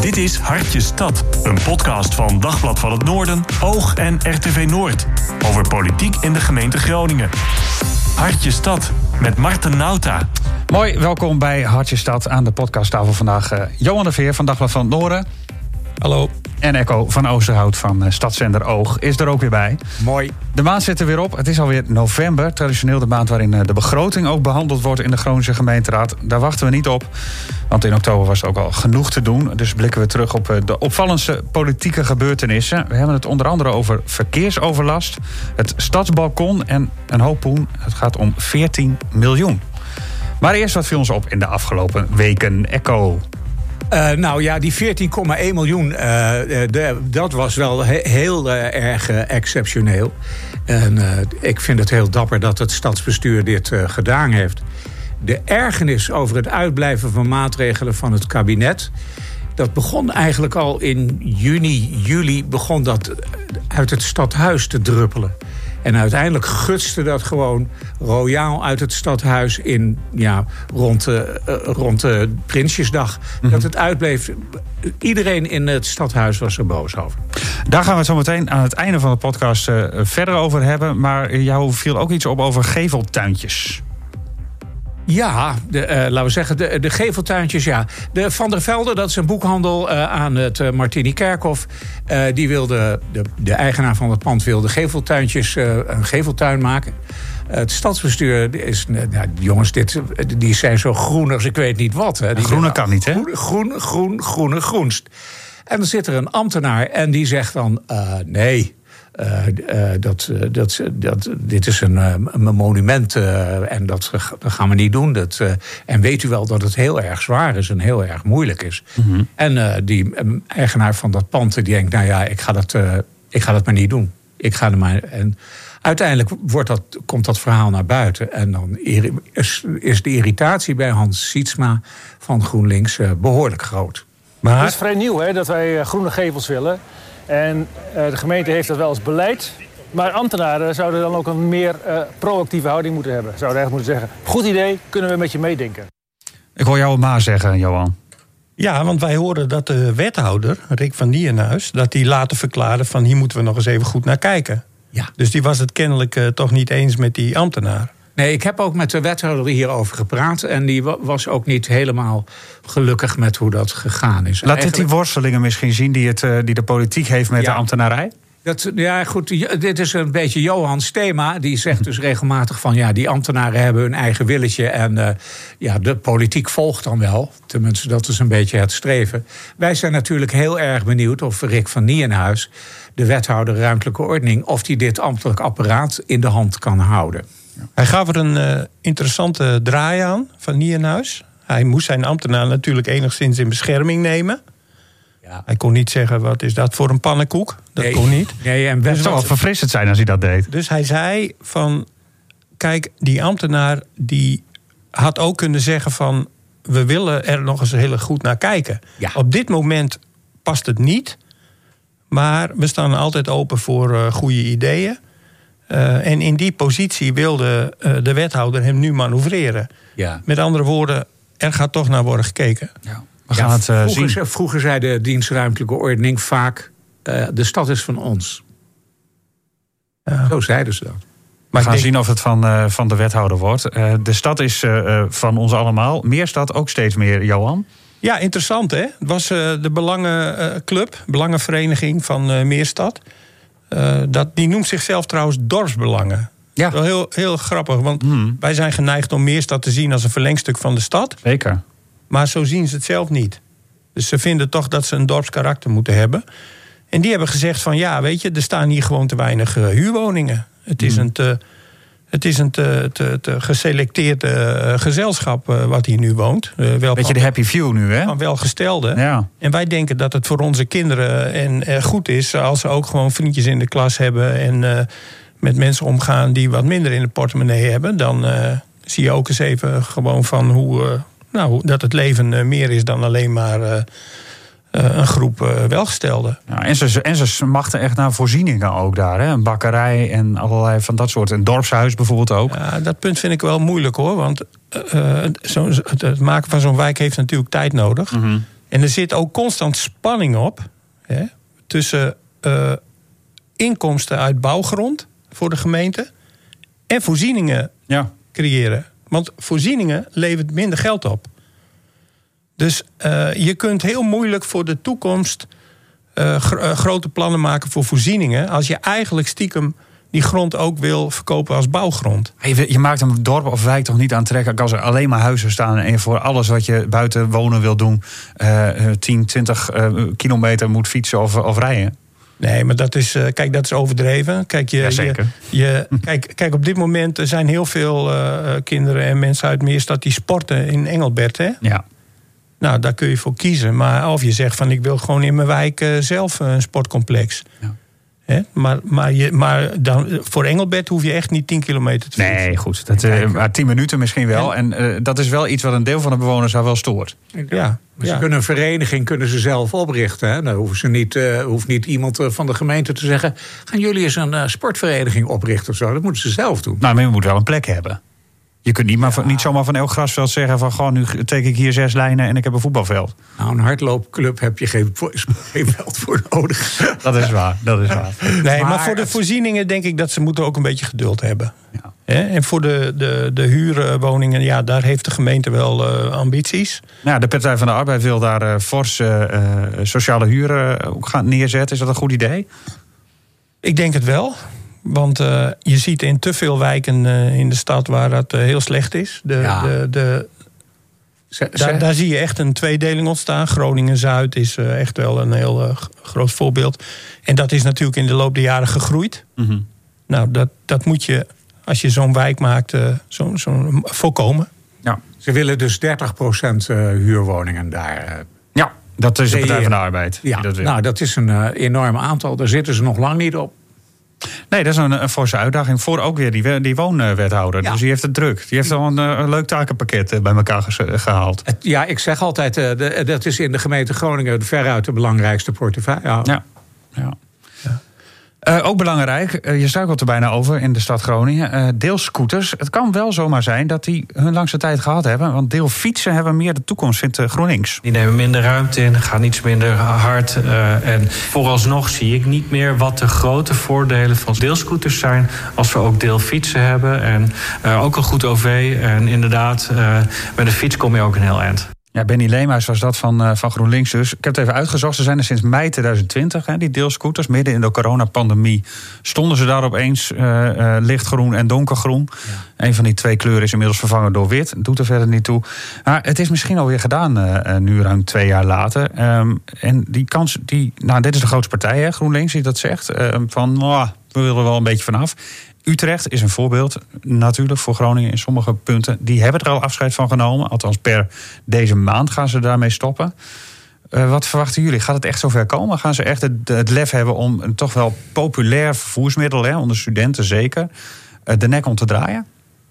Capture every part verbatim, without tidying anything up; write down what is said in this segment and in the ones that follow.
Dit is Hartje Stad, een podcast van Dagblad van het Noorden, Oog en R T V Noord. Over politiek in de gemeente Groningen. Hartje Stad met Marten Nauta. Mooi, welkom bij Hartje Stad. Aan de podcasttafel vandaag uh, Johan de Veer van Dagblad van het Noorden. Hallo. En Echo van Oosterhout van uh, Stadszender Oog is er ook weer bij. Mooi. De maand zit er weer op. Het is alweer november. Traditioneel de maand waarin uh, de begroting ook behandeld wordt in de Groningse gemeenteraad. Daar wachten we niet op. Want in oktober was het ook al genoeg te doen. Dus blikken we terug op uh, de opvallendste politieke gebeurtenissen. We hebben het onder andere over verkeersoverlast, het stadsbalkon en een hoop poen. Het gaat om veertien miljoen. Maar eerst wat viel ons op in de afgelopen weken. Echo. Uh, nou ja, die veertien komma één miljoen, uh, de, dat was wel he, heel uh, erg uh, exceptioneel. En uh, ik vind het heel dapper dat het stadsbestuur dit uh, gedaan heeft. De ergernis over het uitblijven van maatregelen van het kabinet, dat begon eigenlijk al in juni, juli, begon dat uit het stadhuis te druppelen. En uiteindelijk gutste dat gewoon royaal uit het stadhuis in, ja, rond de, uh, rond de Prinsjesdag. Mm-hmm. Dat het uitbleef. Iedereen in het stadhuis was er boos over. Daar gaan we het zo meteen aan het einde van de podcast uh, verder over hebben. Maar jou viel ook iets op over geveltuintjes. Ja, de, uh, laten we zeggen, de, de geveltuintjes, ja. De Van der Velde, dat is een boekhandel uh, aan het uh, Martini-Kerkhof. Uh, die wilde, de, de eigenaar van het pand wilde geveltuintjes, uh, een geveltuin maken. Uh, het stadsbestuur is, uh, nou, jongens, dit, die zijn zo groen als ik weet niet wat. Hè. Die groene zijn, kan niet, hè? Groen, groen, groen, groene, groenst. En dan zit er een ambtenaar en die zegt dan, uh, nee... Uh, uh, dat, uh, dat, dat, dit is een, uh, een monument uh, en dat, dat gaan we niet doen. Dat, uh, en weet u wel dat het heel erg zwaar is en heel erg moeilijk is. Mm-hmm. En uh, die um, eigenaar van dat pand die denkt, nou ja, ik ga dat, uh, ik ga dat maar niet doen. Ik ga er maar... En uiteindelijk wordt dat, komt dat verhaal naar buiten. En dan is, is de irritatie bij Hans Sietsma van GroenLinks uh, behoorlijk groot. Maar... Het is vrij nieuw, hè, dat wij uh, groene gevels willen. En uh, de gemeente heeft dat wel als beleid. Maar ambtenaren zouden dan ook een meer uh, proactieve houding moeten hebben. Zouden eigenlijk moeten zeggen, goed idee, kunnen we met je meedenken. Ik hoor jou maar zeggen, Johan. Ja, want wij hoorden dat de wethouder, Rick van Nienhuis, dat die later verklaarde van hier moeten we nog eens even goed naar kijken. Ja. Dus die was het kennelijk uh, toch niet eens met die ambtenaar. Nee, ik heb ook met de wethouder hierover gepraat. En die was ook niet helemaal gelukkig met hoe dat gegaan is. Laat dit die worstelingen misschien zien die, het, die de politiek heeft met ja, de ambtenarij? Dat, ja, goed, dit is een beetje Johans thema. Die zegt dus regelmatig van, ja, die ambtenaren hebben hun eigen willetje. En uh, ja, de politiek volgt dan wel. Tenminste, dat is een beetje het streven. Wij zijn natuurlijk heel erg benieuwd of Rick van Nienhuis, de wethouder ruimtelijke ordening, of die dit ambtelijk apparaat in de hand kan houden. Hij gaf er een uh, interessante draai aan van Nienhuis. Hij moest zijn ambtenaar natuurlijk enigszins in bescherming nemen. Ja. Hij kon niet zeggen, wat is dat voor een pannenkoek? Dat nee. kon niet. Nee, en het zou wel verfrissend zijn als hij dat deed. Dus hij zei van, kijk, die ambtenaar die had ook kunnen zeggen van, we willen er nog eens heel goed naar kijken. Ja. Op dit moment past het niet. Maar we staan altijd open voor uh, goede ideeën. Uh, en in die positie wilde uh, de wethouder hem nu manoeuvreren. Ja. Met andere woorden, er gaat toch naar worden gekeken. Ja, we gaan ja, het uh, vroeger, zien. Vroeger zei de dienst ruimtelijke ordening vaak, uh, de stad is van ons. Ja. Zo zeiden ze dat. Maar we gaan denk... zien of het van, uh, van de wethouder wordt. Uh, de stad is uh, van ons allemaal. Meerstad ook steeds meer, Johan. Ja, interessant, hè? Het was uh, de belangenclub, belangenvereniging van uh, Meerstad. Uh, dat, die noemt zichzelf trouwens dorpsbelangen. Ja. Wel heel, heel grappig, want hmm. wij zijn geneigd om Meerstad te zien als een verlengstuk van de stad. Zeker. Maar zo zien ze het zelf niet. Dus ze vinden toch dat ze een dorpskarakter moeten hebben. En die hebben gezegd van, ja, weet je, er staan hier gewoon te weinig uh, huurwoningen. Het is hmm. een te, het is een te, te, te geselecteerd uh, gezelschap uh, wat hier nu woont. Uh, wel Beetje de happy few nu, hè? Van welgestelden. Ja. En wij denken dat het voor onze kinderen en, uh, goed is als ze ook gewoon vriendjes in de klas hebben en uh, met mensen omgaan die wat minder in de portemonnee hebben. Dan uh, zie je ook eens even gewoon van hoe, uh, nou, dat het leven uh, meer is dan alleen maar Uh, Uh, een groep uh, welgestelden. Ja, en, ze, en ze smachten echt naar voorzieningen ook daar. Hè? Een bakkerij en allerlei van dat soort. Een dorpshuis bijvoorbeeld ook. Ja, dat punt vind ik wel moeilijk hoor. Want uh, zo, het, het maken van zo'n wijk heeft natuurlijk tijd nodig. Mm-hmm. En er zit ook constant spanning op, hè, tussen uh, inkomsten uit bouwgrond voor de gemeente en voorzieningen ja. creëren. Want voorzieningen levert minder geld op. Dus uh, je kunt heel moeilijk voor de toekomst uh, gro- uh, grote plannen maken voor voorzieningen, als je eigenlijk stiekem die grond ook wil verkopen als bouwgrond. Je, je maakt een dorp of wijk toch niet aantrekkelijk als er alleen maar huizen staan en je voor alles wat je buiten wonen wil doen uh, tien, twintig uh, kilometer moet fietsen of, of rijden? Nee, maar dat is, uh, kijk, dat is overdreven. Kijk, je, ja, zeker. Je, je, kijk, kijk, op dit moment er zijn heel veel uh, kinderen en mensen uit Meerstad die sporten in Engelbert, hè? Ja. Nou, daar kun je voor kiezen. Maar of je zegt van ik wil gewoon in mijn wijk uh, zelf een sportcomplex. Ja. He, maar maar, je, maar dan, voor Engelbert hoef je echt niet tien kilometer te fietsen. Nee, goed. Dat, uh, maar tien minuten misschien wel. En, en uh, dat is wel iets wat een deel van de bewoners daar wel stoort. Ja, ja. Maar ze ja. kunnen een vereniging kunnen ze zelf oprichten. Hè? Dan hoeven ze niet, uh, hoeft niet iemand van de gemeente te zeggen, gaan jullie eens een uh, sportvereniging oprichten of zo? Dat moeten ze zelf doen. Nou, maar je moet wel een plek hebben. Je kunt niet, maar ja. niet zomaar van elk grasveld zeggen van gewoon nu teken ik hier zes lijnen en ik heb een voetbalveld. Nou, een hardloopclub heb je geen, geen veld voor nodig. Dat is waar, dat is waar. Nee, maar, maar voor de voorzieningen denk ik dat ze moeten ook een beetje geduld hebben. Ja. He? En voor de, de, de huurwoningen, ja, daar heeft de gemeente wel uh, ambities. Ja, de Partij van de Arbeid wil daar uh, fors uh, sociale huren uh, gaan neerzetten. Is dat een goed idee? Ik denk het wel. Want uh, je ziet in te veel wijken uh, in de stad waar dat uh, heel slecht is. De, ja. de, de, ze, daar, ze... daar zie je echt een tweedeling ontstaan. Groningen-Zuid is uh, echt wel een heel uh, groot voorbeeld. En dat is natuurlijk in de loop der jaren gegroeid. Mm-hmm. Nou, dat, dat moet je, als je zo'n wijk maakt, uh, zo, zo voorkomen. Ja. Ze willen dus dertig procent uh, huurwoningen daar. Uh, ja, dat is de Partij van de Arbeid. Ja, die dat wil. Nou, dat is een uh, enorm aantal. Daar zitten ze nog lang niet op. Nee, dat is een, een forse uitdaging voor ook weer die, die woonwethouder. Ja. Dus die heeft het druk. Die heeft al een, een leuk takenpakket bij elkaar gehaald. Het, ja, ik zeg altijd, uh, de, dat is in de gemeente Groningen veruit de belangrijkste portefeuille. Ja. Ja. Ja. Ja. Uh, ook belangrijk, uh, je struikelt er bijna over in de stad Groningen. Uh, deelscooters. Het kan wel zomaar zijn dat die hun langste tijd gehad hebben. Want deelfietsen hebben meer de toekomst, vindt uh, GroenLinks. Die nemen minder ruimte in, gaan iets minder hard. Uh, en vooralsnog zie ik niet meer wat de grote voordelen van deelscooters zijn als we ook deelfietsen hebben. En uh, ook een goed O V. En inderdaad, uh, met de fiets kom je ook een heel eind. Ja, Benny Leemhuis was dat van, uh, van GroenLinks dus. Ik heb het even uitgezocht. Ze zijn er sinds mei tweeduizend twintig, hè, die deelscooters. Midden in de coronapandemie stonden ze daar opeens uh, uh, lichtgroen en donkergroen. Ja. Een van die twee kleuren is inmiddels vervangen door wit. Dat doet er verder niet toe. Maar het is misschien alweer gedaan, uh, nu ruim twee jaar later. Um, en die kans, die, nou, dit is de grootste partij, hè, GroenLinks, die dat zegt. Uh, van, oh, we willen er wel een beetje vanaf. Utrecht is een voorbeeld natuurlijk voor Groningen in sommige punten. Die hebben er al afscheid van genomen. Althans, per deze maand gaan ze daarmee stoppen. Uh, wat verwachten jullie? Gaat het echt zover komen? Gaan ze echt het, het lef hebben om een toch wel populair vervoersmiddel, hè, onder studenten zeker, uh, de nek om te draaien?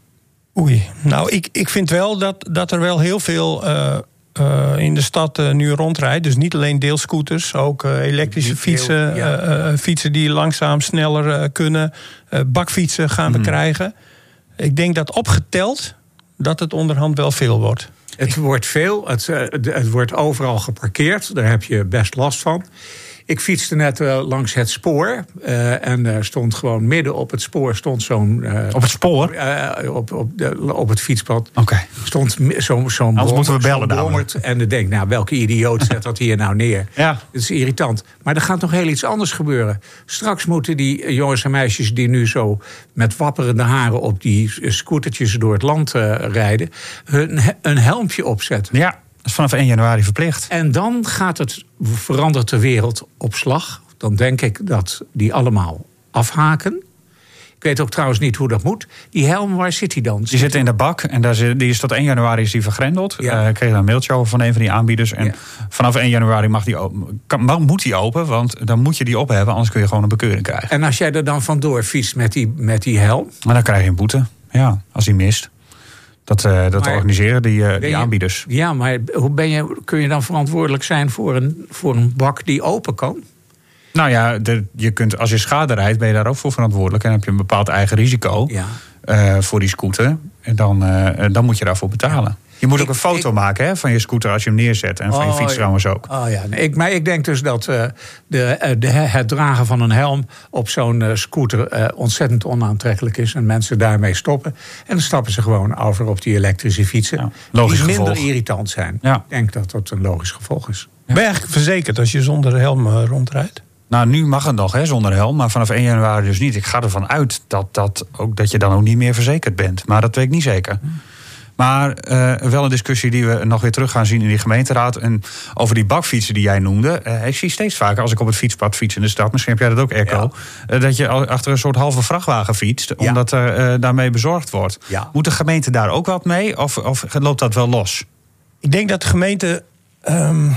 Oei, nou, ik, ik vind wel dat, dat er wel heel veel Uh... Uh, in de stad uh, nu rondrijdt. Dus niet alleen deelscooters, ook uh, elektrische fietsen. Heel, ja. uh, uh, fietsen die langzaam sneller uh, kunnen. Uh, bakfietsen gaan we mm. krijgen. Ik denk dat opgeteld dat het onderhand wel veel wordt. Het wordt veel. Het, uh, het wordt overal geparkeerd. Daar heb je best last van. Ik fietste net uh, langs het spoor. Uh, en er stond gewoon midden op het spoor stond zo'n. Uh, op het spoor? Uh, op, op, de, op het fietspad. Oké. Okay. Stond zo'n zo'n Anders moeten we bellen daar. En dan denk ik, nou, welke idioot zet dat hier nou neer? Ja. Het is irritant. Maar er gaat nog heel iets anders gebeuren. Straks moeten die jongens en meisjes die nu zo met wapperende haren op die scootertjes door het land uh, rijden, hun, een helmpje opzetten. Ja. Dat is vanaf één januari verplicht. En dan gaat het, verandert de wereld op slag. Dan denk ik dat die allemaal afhaken. Ik weet ook trouwens niet hoe dat moet. Die helm, waar zit die dan? Die zit in de bak en daar zit, die is tot één januari is die vergrendeld. Ja. Uh, ik kreeg een mailtje over van een van die aanbieders. En ja. vanaf één januari mag die open, kan, moet die open, want dan moet je die op hebben, anders kun je gewoon een bekeuring krijgen. En als jij er dan vandoor fietst met die, met die helm? Maar dan krijg je een boete, ja, als die mist. Dat, uh, dat maar, organiseren die, uh, die aanbieders. Je, ja, maar hoe ben je, kun je dan verantwoordelijk zijn voor een, voor een bak die open kan? Nou ja, de, je kunt, als je schade rijdt, ben je daar ook voor verantwoordelijk. En dan heb je een bepaald eigen risico ja. uh, voor die scooter. En dan, uh, dan moet je daarvoor betalen. Ja. Je moet ook ik, een foto ik, maken hè, van je scooter als je hem neerzet. En van oh, je fiets trouwens ook. Oh ja, nee, ik, maar ik denk dus dat uh, de, de, het dragen van een helm op zo'n uh, scooter uh, ontzettend onaantrekkelijk is. En mensen daarmee stoppen. En dan stappen ze gewoon over op die elektrische fietsen. Ja, logisch die minder gevolg. irritant zijn. Ja. Ik denk dat dat een logisch gevolg is. Ben je eigenlijk verzekerd als je zonder helm uh, rondrijdt? Nou, nu mag het nog hè, zonder helm, maar vanaf één januari dus niet. Ik ga ervan uit dat, dat, ook, dat je dan ook niet meer verzekerd bent. Maar dat weet ik niet zeker. Maar uh, wel een discussie die we nog weer terug gaan zien in die gemeenteraad. En over die bakfietsen die jij noemde. Uh, ik zie steeds vaker als ik op het fietspad fiets in de stad. Misschien heb jij dat ook, Erco. Ja. Uh, dat je achter een soort halve vrachtwagen fietst. Ja. Omdat er uh, daarmee bezorgd wordt. Ja. Moet de gemeente daar ook wat mee? Of, of loopt dat wel los? Ik denk dat de gemeente um,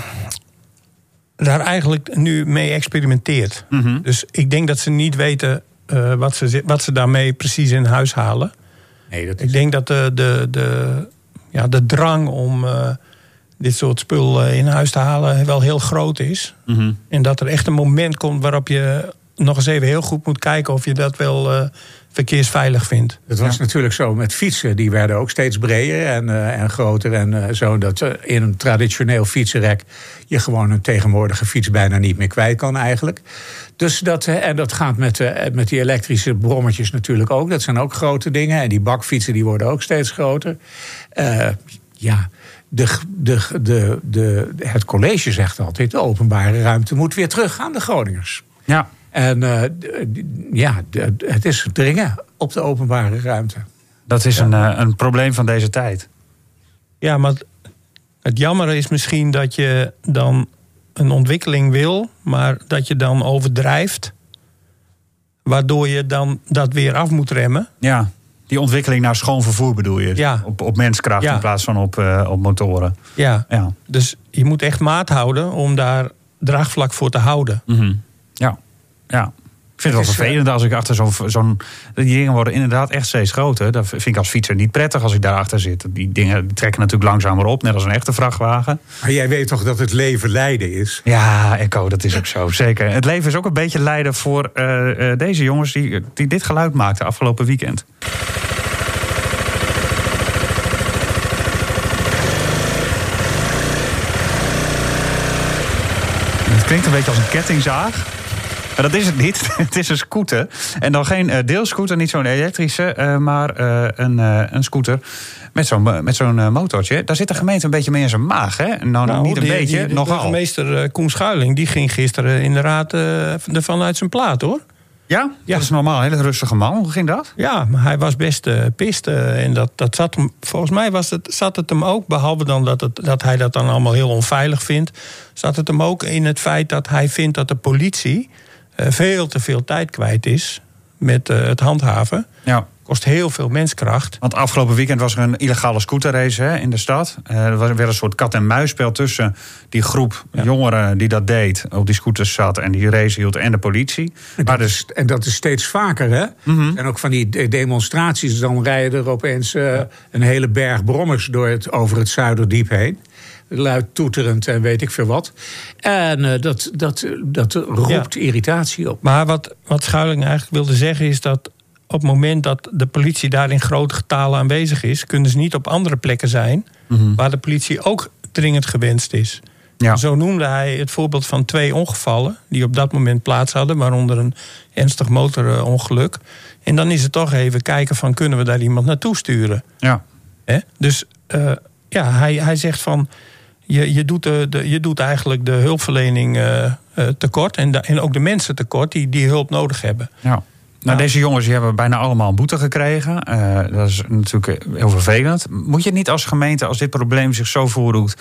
daar eigenlijk nu mee experimenteert. Mm-hmm. Dus ik denk dat ze niet weten uh, wat, ze, wat ze daarmee precies in huis halen. Nee, dat is... Ik denk dat de, de, de, ja, de drang om uh, dit soort spul uh, in huis te halen wel heel groot is. Mm-hmm. En dat er echt een moment komt waarop je nog eens even heel goed moet kijken of je dat wel uh, verkeersveilig vindt. Het was ja. natuurlijk zo met fietsen. Die werden ook steeds breder en, uh, en groter. En uh, zo dat uh, in een traditioneel fietsenrek je gewoon een tegenwoordige fiets bijna niet meer kwijt kan eigenlijk. Dus dat, uh, en dat gaat met, uh, met die elektrische brommetjes natuurlijk ook. Dat zijn ook grote dingen. En die bakfietsen die worden ook steeds groter. Uh, ja... De, de, de, de, het college zegt altijd, de openbare ruimte moet weer terug aan de Groningers. Ja. En uh, ja, de, het is dringen op de openbare ruimte. Dat is ja. een, uh, een probleem van deze tijd. Ja, maar het jammer is misschien dat je dan een ontwikkeling wil, maar dat je dan overdrijft, waardoor je dan dat weer af moet remmen. Ja. Die ontwikkeling naar schoon vervoer bedoel je? Ja. Op, op menskracht ja. in plaats van op, uh, op motoren. Ja. ja, dus je moet echt maat houden om daar draagvlak voor te houden. Mm-hmm. Ja, ja. Ik vind het, het wel vervelend uh... als ik achter zo'n, zo'n... Die dingen worden inderdaad echt steeds groter. Dat vind ik als fietser niet prettig als ik daarachter zit. Die dingen die trekken natuurlijk langzamer op, net als een echte vrachtwagen. Maar jij weet toch dat het leven lijden is? Ja, Echo, dat is ook zo, zeker. Het leven is ook een beetje lijden voor uh, uh, deze jongens die, die dit geluid maakten afgelopen weekend. Het klinkt een beetje als een kettingzaag. Maar dat is het niet. Het is een scooter. En dan geen uh, deelscooter, niet zo'n elektrische, uh, maar uh, een, uh, een scooter met zo'n, met zo'n uh, motortje. Daar zit de gemeente een beetje mee in zijn maag, hè? Nou, nou niet een die, beetje, die, nogal. De burgemeester uh, Koen Schuiling, die ging gisteren in de raad uh, ervan uit zijn plaat, hoor. Ja? Ja? Dat is normaal een hele rustige man. Hoe ging dat? Ja, maar hij was best uh, pist. Uh, en dat, dat zat hem, volgens mij was het, zat het hem ook, behalve dan dat, het, dat hij dat dan allemaal heel onveilig vindt, zat het hem ook in het feit dat hij vindt dat de politie uh, veel te veel tijd kwijt is met uh, het handhaven. Ja. Kost heel veel menskracht. Want afgelopen weekend was er een illegale scooterrace hè, in de stad. Uh, er was weer een soort kat-en-muisspel tussen die groep ja. jongeren die dat deed, op die scooters zat en die race hield, en de politie. En dat, dus, is, en dat is steeds vaker, hè? Mm-hmm. En ook van die demonstraties, dan rijden er opeens uh, ja. een hele berg brommers door het, over het Zuiderdiep heen. Luid toeterend en weet ik veel wat. En uh, dat, dat, dat roept ja. irritatie op. Maar wat, wat Schuiling eigenlijk wilde zeggen is dat op het moment dat de politie daar in grote getalen aanwezig is, kunnen ze niet op andere plekken zijn mm-hmm. waar de politie ook dringend gewenst is. Ja. Zo noemde hij het voorbeeld van twee ongevallen die op dat moment plaats hadden, waaronder een ernstig motorongeluk. En dan is het toch even kijken van, kunnen we daar iemand naartoe sturen? Ja. He? Dus uh, ja, hij, hij zegt van, je, je, doet de, de, je doet eigenlijk de hulpverlening uh, uh, tekort en, de, en ook de mensen tekort die, die hulp nodig hebben. Ja. Nou, deze jongens die hebben bijna allemaal een boete gekregen. Uh, dat is natuurlijk heel vervelend. Moet je niet als gemeente, als dit probleem zich zo voordoet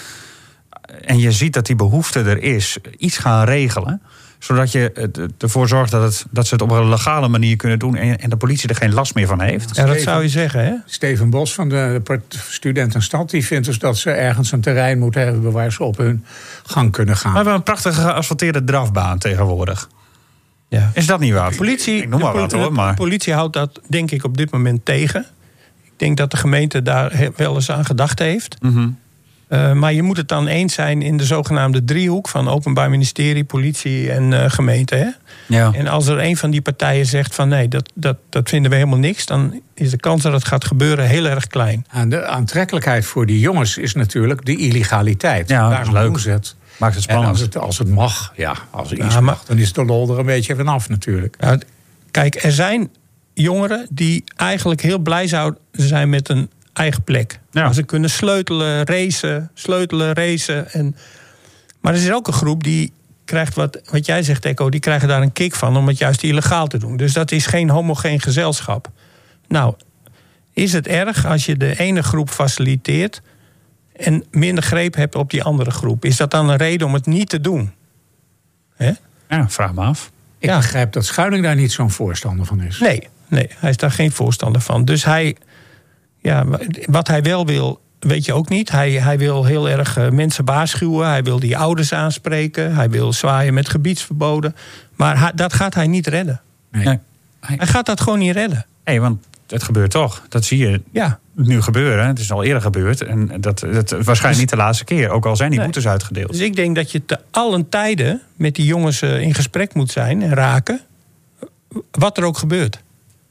en je ziet dat die behoefte er is, iets gaan regelen, zodat je ervoor zorgt dat, het, dat ze het op een legale manier kunnen doen en, en de politie er geen last meer van heeft? Ja, dat zou je zeggen, hè? Steven Bos van de Studentenstad, die vindt dus dat ze ergens een terrein moeten hebben waar ze op hun gang kunnen gaan. We hebben een prachtige geasfalteerde drafbaan tegenwoordig. Ja. Is dat niet waar? De politie, ik noem maar de, wat, hoor, de maar. politie houdt dat denk ik op dit moment tegen. Ik denk dat de gemeente daar wel eens aan gedacht heeft. Mm-hmm. Uh, maar je moet het dan eens zijn in de zogenaamde driehoek van Openbaar Ministerie, politie en uh, gemeente. Hè? Ja. En als er een van die partijen zegt van nee, dat, dat, dat vinden we helemaal niks, dan is de kans dat het gaat gebeuren heel erg klein. En de aantrekkelijkheid voor die jongens is natuurlijk de illegaliteit. Ja, dat is leuk. Doen ze het. Maakt het spannend. En als het, als het mag, ja, als er iets ja, maar, mag, dan is de lol er een beetje vanaf natuurlijk. Ja, kijk, er zijn jongeren die eigenlijk heel blij zouden zijn met een eigen plek. Ja. Als ze kunnen sleutelen, racen, sleutelen, racen. En, maar er is ook een groep die krijgt wat, wat jij zegt, Echo, die krijgen daar een kick van om het juist illegaal te doen. Dus dat is geen homogeen gezelschap. Nou, is het erg als je de ene groep faciliteert en minder greep hebt op die andere groep? Is dat dan een reden om het niet te doen? Hè? Ja, vraag me af. Ik ja. begrijp dat Schuiling daar niet zo'n voorstander van is. Nee, nee, hij is daar geen voorstander van. Dus hij, ja, wat hij wel wil, weet je ook niet. Hij, hij wil heel erg uh, mensen waarschuwen. Hij wil die ouders aanspreken. Hij wil zwaaien met gebiedsverboden. Maar hij, dat gaat hij niet redden. Nee. Nee. Hij gaat dat gewoon niet redden. Nee, want het gebeurt toch. Dat zie je Ja. nu gebeuren. Het is al eerder gebeurd. En dat, dat waarschijnlijk dus, niet de laatste keer. Ook al zijn die nee. boetes uitgedeeld. Dus ik denk dat je te allen tijden met die jongens uh, in gesprek moet zijn en raken. Wat er ook gebeurt.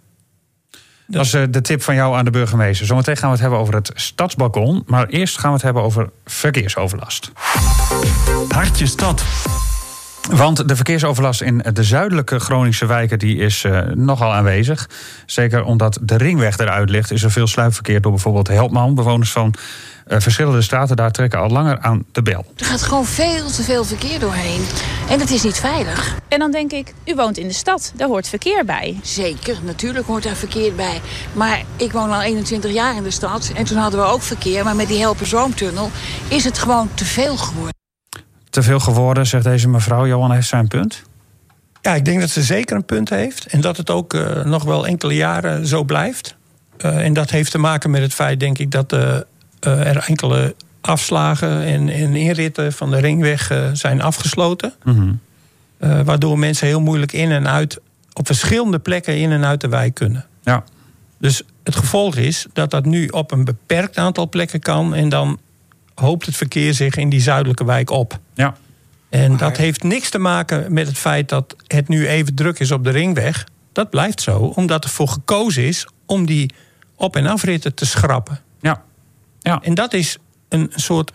Dat was uh, de tip van jou aan de burgemeester. Zometeen gaan we het hebben over het stadsbalkon. Maar eerst gaan we het hebben over verkeersoverlast. Hartje stad. Want de verkeersoverlast in de zuidelijke Groningse wijken die is uh, nogal aanwezig. Zeker omdat de ringweg eruit ligt, is er veel sluipverkeer door bijvoorbeeld Helpman. Bewoners van uh, verschillende straten daar trekken al langer aan de bel. Er gaat gewoon veel te veel verkeer doorheen. En het is niet veilig. En dan denk ik, u woont in de stad, daar hoort verkeer bij. Zeker, natuurlijk hoort daar verkeer bij. Maar ik woon al eenentwintig jaar in de stad. En toen hadden we ook verkeer. Maar met die Helperzoomtunnel is het gewoon te veel geworden. Te veel geworden, zegt deze mevrouw. Johan, heeft zij een punt? Ja, ik denk dat ze zeker een punt heeft. En dat het ook uh, nog wel enkele jaren zo blijft. Uh, en dat heeft te maken met het feit, denk ik, dat uh, uh, er enkele afslagen en, en inritten van de ringweg uh, zijn afgesloten. Mm-hmm. Uh, waardoor mensen heel moeilijk in en uit, op verschillende plekken in en uit de wijk kunnen. Ja. Dus het gevolg is dat dat nu op een beperkt aantal plekken kan. En dan hoopt het verkeer zich in die zuidelijke wijk op. Ja. En dat heeft niks te maken met het feit dat het nu even druk is op de ringweg. Dat blijft zo, omdat er voor gekozen is om die op- en afritten te schrappen. Ja. Ja. En dat is een soort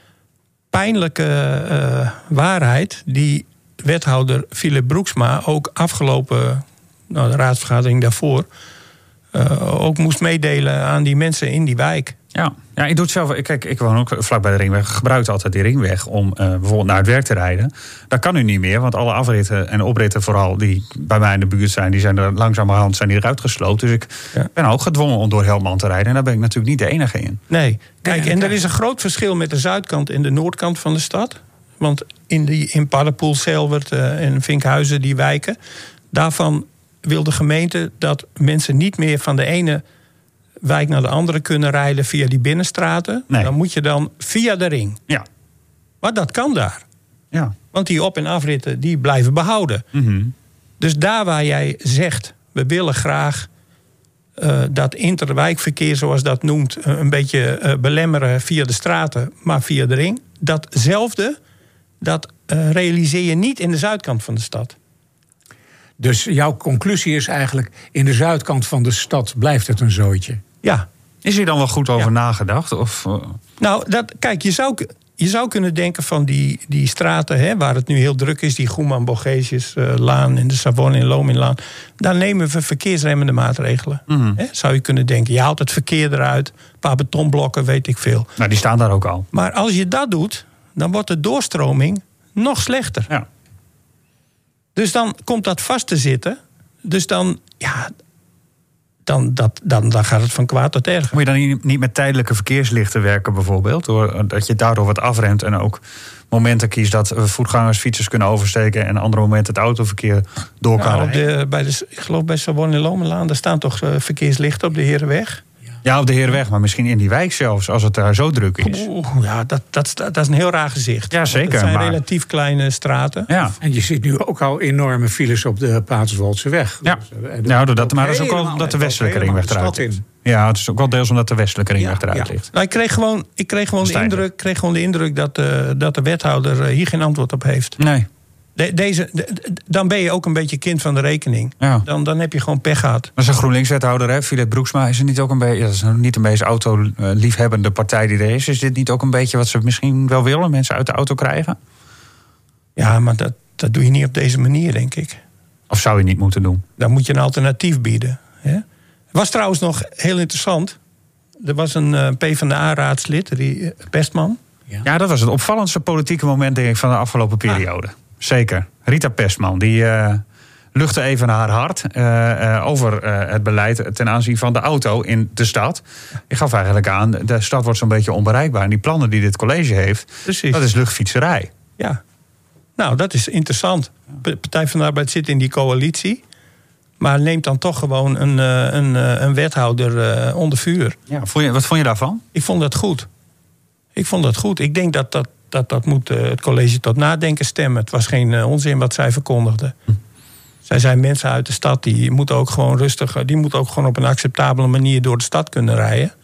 pijnlijke uh, waarheid die wethouder Philip Broeksma ook afgelopen, nou, de raadsvergadering daarvoor, uh, ook moest meedelen aan die mensen in die wijk. Ja, ja, ik doe het zelf. Kijk, ik woon ook vlak bij de ringweg. Ik gebruik altijd die ringweg om uh, bijvoorbeeld naar het werk te rijden. Dat kan nu niet meer, want alle afritten en opritten vooral die bij mij in de buurt zijn, die zijn er langzamerhand zijn die eruit gesloopt. Dus ik ja. ben ook gedwongen om door Helpman te rijden. En daar ben ik natuurlijk niet de enige in. Nee, kijk, en er is een groot verschil met de zuidkant en de noordkant van de stad. Want in, die, in Paddepoel, Selwert uh, en Vinkhuizen, die wijken, daarvan wil de gemeente dat mensen niet meer van de ene wijk naar de andere kunnen rijden via die binnenstraten. Nee. Dan moet je dan via de ring. Ja. Maar dat kan daar. Ja. Want die op- en afritten die blijven behouden. Mm-hmm. Dus daar waar jij zegt, we willen graag uh, dat interwijkverkeer, zoals dat noemt, uh, een beetje uh, belemmeren via de straten, maar via de ring. Datzelfde, dat uh, realiseer je niet in de zuidkant van de stad. Dus jouw conclusie is eigenlijk, in de zuidkant van de stad blijft het een zooitje. Ja. Is hier dan wel goed over ja. nagedacht? Of, uh... Nou, dat, kijk, je zou, je zou kunnen denken van die, die straten, hè, waar het nu heel druk is, die Goeman, Borgesius, uh, Laan en de Savon en Loominlaan. Daar nemen we verkeersremmende maatregelen. Mm-hmm. Hè, zou je kunnen denken, je haalt het verkeer eruit, een paar betonblokken, weet ik veel. Nou, die staan daar ook al. Maar als je dat doet, dan wordt de doorstroming nog slechter. Ja. Dus dan komt dat vast te zitten. Dus dan, ja, dan, dat, dan, dan gaat het van kwaad tot erger. Moet je dan niet, niet met tijdelijke verkeerslichten werken bijvoorbeeld? Doordat je daardoor wat afremt en ook momenten kiest dat voetgangers, fietsers kunnen oversteken en andere momenten het autoverkeer door kan nou, rijden? De, bij de, ik geloof bij Savon en Lomelaan, daar staan toch uh, verkeerslichten op de Herenweg. Ja. Ja, op de Herenweg, maar misschien in die wijk zelfs, als het daar zo druk is. Oeh, ja, dat, dat, dat is een heel raar gezicht. Ja, zeker. Het zijn maar... relatief kleine straten. Ja. En je ziet nu ook al enorme files op de Paterswoldseweg. Ja, Dus, uh, nou, dat, maar dat is ook wel omdat de westelijke ringweg eruit ligt. Ja, het is ook wel deels omdat de westelijke ringweg Ja, eruit ja. ligt. Nou, ik kreeg gewoon, ik kreeg gewoon, de, indruk, kreeg gewoon de indruk dat, uh, dat de wethouder uh, hier geen antwoord op heeft. Nee. De, deze, de, dan ben je ook een beetje kind van de rekening. Ja. Dan, dan heb je gewoon pech gehad. Maar zijn GroenLinks-wethouder, hè, Philip Broeksma, is er niet ook een beetje, dat is niet een beetje autoliefhebbende partij die er is. Is dit niet ook een beetje wat ze misschien wel willen, mensen uit de auto krijgen? Ja, maar dat, dat doe je niet op deze manier, denk ik. Of zou je niet moeten doen? Dan moet je een alternatief bieden. Hè? Het was trouwens nog heel interessant. Er was een uh, PvdA-raadslid, die Pestman. Ja. ja, dat was het opvallendste politieke moment, denk ik, van de afgelopen periode. Ah. Zeker. Rita Pestman, die uh, luchtte even haar hart uh, uh, over uh, het beleid ten aanzien van de auto in de stad. Die gaf eigenlijk aan, de stad wordt zo'n beetje onbereikbaar. En die plannen die dit college heeft, Precies. Dat is luchtfietserij. Ja, nou, dat is interessant. Partij van de Arbeid zit in die coalitie, maar neemt dan toch gewoon een, een, een wethouder uh, onder vuur. Ja, vond je, wat vond je daarvan? Ik vond dat goed. Ik vond dat goed. Ik denk dat dat, dat, dat moet uh, het college tot nadenken stemmen. Het was geen uh, onzin wat zij verkondigden. Hm. Zij zijn mensen uit de stad, die moeten ook gewoon rustig, die moeten ook gewoon op een acceptabele manier door de stad kunnen rijden.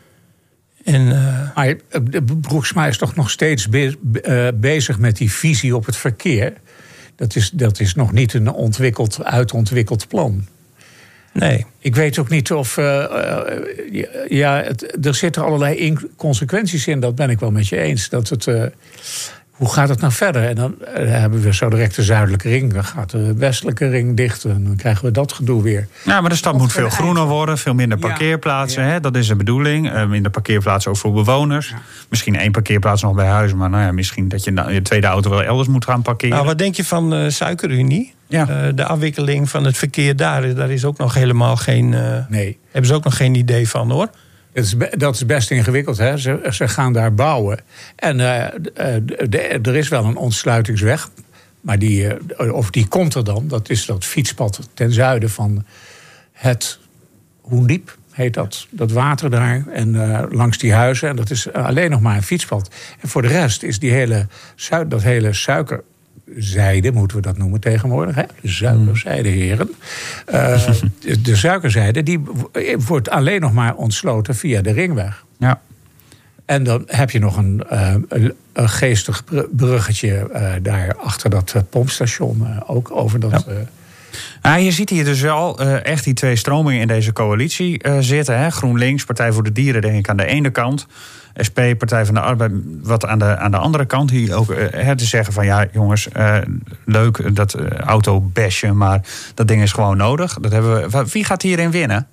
En, uh... Maar Broeksma is toch nog steeds be- uh, bezig met die visie op het verkeer. Dat is, dat is nog niet een ontwikkeld, uitontwikkeld plan. Nee. Ik weet ook niet of... Uh, uh, ja, het, er zitten allerlei inconsequenties in, dat ben ik wel met je eens. Dat het, uh, hoe gaat het nou verder? En dan uh, hebben we zo direct de zuidelijke ring. Dan gaat de westelijke ring dicht en dan krijgen we dat gedoe weer. Ja, maar de stad moet veel groener worden, veel minder parkeerplaatsen. Ja, ja. Hè? Dat is de bedoeling. Uh, minder parkeerplaatsen ook voor bewoners. Ja. Misschien één parkeerplaats nog bij huis. Maar nou ja, misschien dat je je tweede auto wel elders moet gaan parkeren. Nou, wat denk je van uh, Suikerunie? Ja. Uh, de afwikkeling van het verkeer daar, daar is ook nog helemaal geen... Uh, nee. Hebben ze ook nog geen idee van, hoor. Dat is, dat is best ingewikkeld, hè. Ze, ze gaan daar bouwen. En uh, de, de, er is wel een ontsluitingsweg. Maar die, uh, of die komt er dan. Dat is dat fietspad ten zuiden van het Hoendiep, heet dat. Dat water daar. En uh, langs die huizen. En dat is alleen nog maar een fietspad. En voor de rest is die hele, dat hele suiker... zijde, moeten we dat noemen tegenwoordig. Hè? De suikerzijde, heren. Uh, de, de suikerzijde, die wordt alleen nog maar ontsloten via de ringweg. Ja. En dan heb je nog een, uh, een geestig bruggetje uh, daar achter dat uh, pompstation. Uh, ook over dat... Ja. Uh, Ah, je ziet hier dus wel uh, echt die twee stromingen in deze coalitie uh, zitten. Hè? GroenLinks, Partij voor de Dieren, denk ik aan de ene kant. S P, Partij van de Arbeid, wat aan de, aan de andere kant. Die ook uh, te zeggen van ja, jongens, uh, leuk dat uh, auto bashen, maar dat ding is gewoon nodig. Dat hebben we. Wie gaat hierin winnen?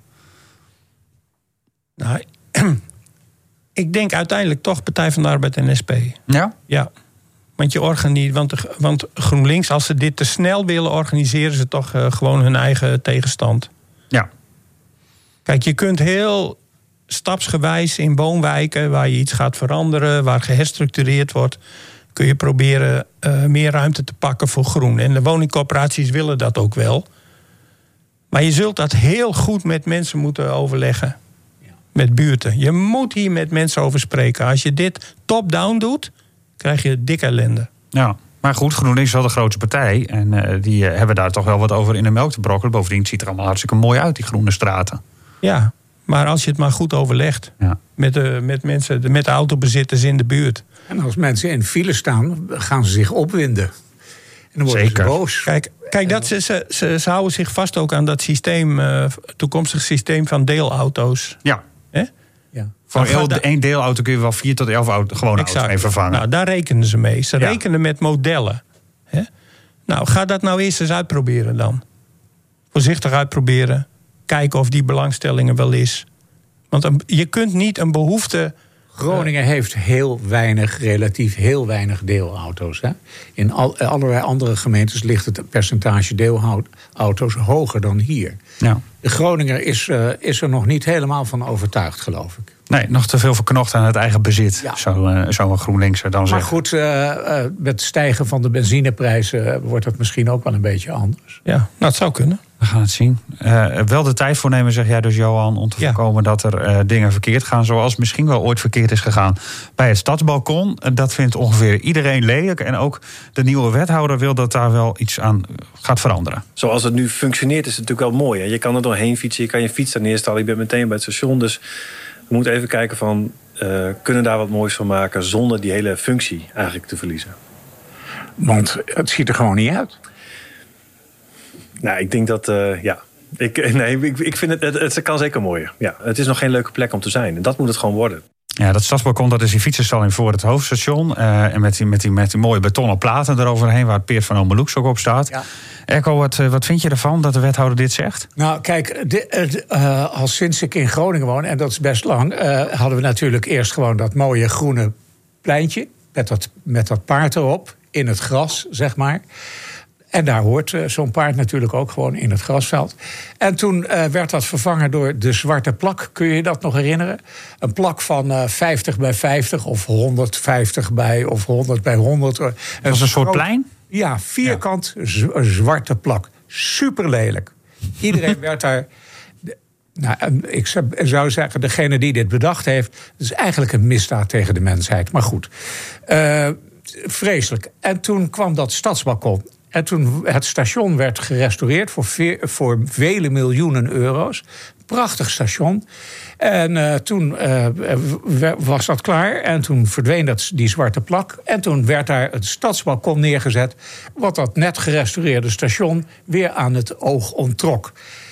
Nou, ik denk uiteindelijk toch Partij van de Arbeid en S P. Ja? Ja. Want, je organiseert, want, want GroenLinks, als ze dit te snel willen, organiseren ze toch uh, gewoon hun eigen tegenstand. Ja. Kijk, je kunt heel stapsgewijs in woonwijken, waar je iets gaat veranderen, waar geherstructureerd wordt, kun je proberen uh, meer ruimte te pakken voor groen. En de woningcorporaties willen dat ook wel. Maar je zult dat heel goed met mensen moeten overleggen. Met buurten. Je moet hier met mensen over spreken. Als je dit top-down doet, krijg je dikke ellende. Ja, maar goed, GroenLinks is wel de grootste partij. En uh, die uh, hebben daar toch wel wat over in de melk te brokkelen. Bovendien het ziet er allemaal hartstikke mooi uit, die groene straten. Ja, maar als je het maar goed overlegt. Ja. Met, de, met, mensen, met de autobezitters in de buurt. En als mensen in file staan, gaan ze zich opwinden. En dan worden Zeker. ze boos. Kijk, kijk dat ze, ze, ze, ze houden zich vast ook aan dat systeem, uh, toekomstig systeem van deelauto's. Ja. Hè? Ja. Voor heel, da- één deelauto kun je wel vier tot elf auto, gewone exact. auto's mee vervangen. Nou, daar rekenen ze mee. Ze ja. rekenen met modellen. Hè? Nou, ga dat nou eerst eens uitproberen dan. Voorzichtig uitproberen. Kijken of die belangstelling er wel is. Want een, je kunt niet een behoefte... Groningen heeft heel weinig, relatief heel weinig deelauto's. Hè? In al, allerlei andere gemeentes ligt het percentage deelauto's hoger dan hier. Ja. De Groninger is, uh, is er nog niet helemaal van overtuigd, geloof ik. Nee, nog te veel verknocht aan het eigen bezit. Ja. Zo, uh, zo een GroenLinkser dan Maar zegt. goed, uh, uh, met het stijgen van de benzineprijzen wordt dat misschien ook wel een beetje anders. Ja, nou, het zou kunnen. We gaan het zien. Uh, wel de tijd voor nemen, zeg jij dus, Johan, om te ja. voorkomen dat er uh, dingen verkeerd gaan. Zoals misschien wel ooit verkeerd is gegaan bij het stadsbalkon. Dat vindt ongeveer iedereen lelijk. En ook de nieuwe wethouder wil dat daar wel iets aan gaat veranderen. Zoals het nu functioneert is het natuurlijk wel mooi. Hè? Je kan er doorheen fietsen, je kan je fiets daar neerstellen. Je bent meteen bij het station. Dus we moeten even kijken van, uh, kunnen daar wat moois van maken zonder die hele functie eigenlijk te verliezen. Want het ziet er gewoon niet uit. Nou, ik denk dat, uh, ja... Ik, nee, ik, ik vind het, het, het kan zeker mooier. Ja, het is nog geen leuke plek om te zijn. En dat moet het gewoon worden. Ja, dat stadsbalkon, dat is die fietsenstalling voor het hoofdstation. Uh, en met die, met, die, met die mooie betonnen platen eroverheen, waar het Peert van Omeloeks ook op staat. Ja. Erco, wat, wat vind je ervan dat de wethouder dit zegt? Nou, kijk, de, de, uh, al sinds ik in Groningen woon, en dat is best lang, uh, hadden we natuurlijk eerst gewoon dat mooie groene pleintje. Met dat, met dat paard erop, in het gras, zeg maar. En daar hoort uh, zo'n paard natuurlijk ook gewoon in het grasveld. En toen uh, werd dat vervangen door de zwarte plak. Kun je je dat nog herinneren? Een plak van uh, vijftig bij vijftig of honderdvijftig bij of honderd bij honderd. Dat was een soort plein? Ja, vierkant ja. Z- zwarte plak. Super lelijk. Iedereen werd daar... Nou, ik zou zeggen, degene die dit bedacht heeft, het is eigenlijk een misdaad tegen de mensheid. Maar goed, uh, vreselijk. En toen kwam dat stadsbalkon. En toen het station werd gerestaureerd voor, ve- voor vele miljoenen euro's. Prachtig station. En uh, toen uh, was dat klaar. En toen verdween dat, die zwarte plak. En toen werd daar het stadsbalkon neergezet, wat dat net gerestaureerde station weer aan het oog onttrok.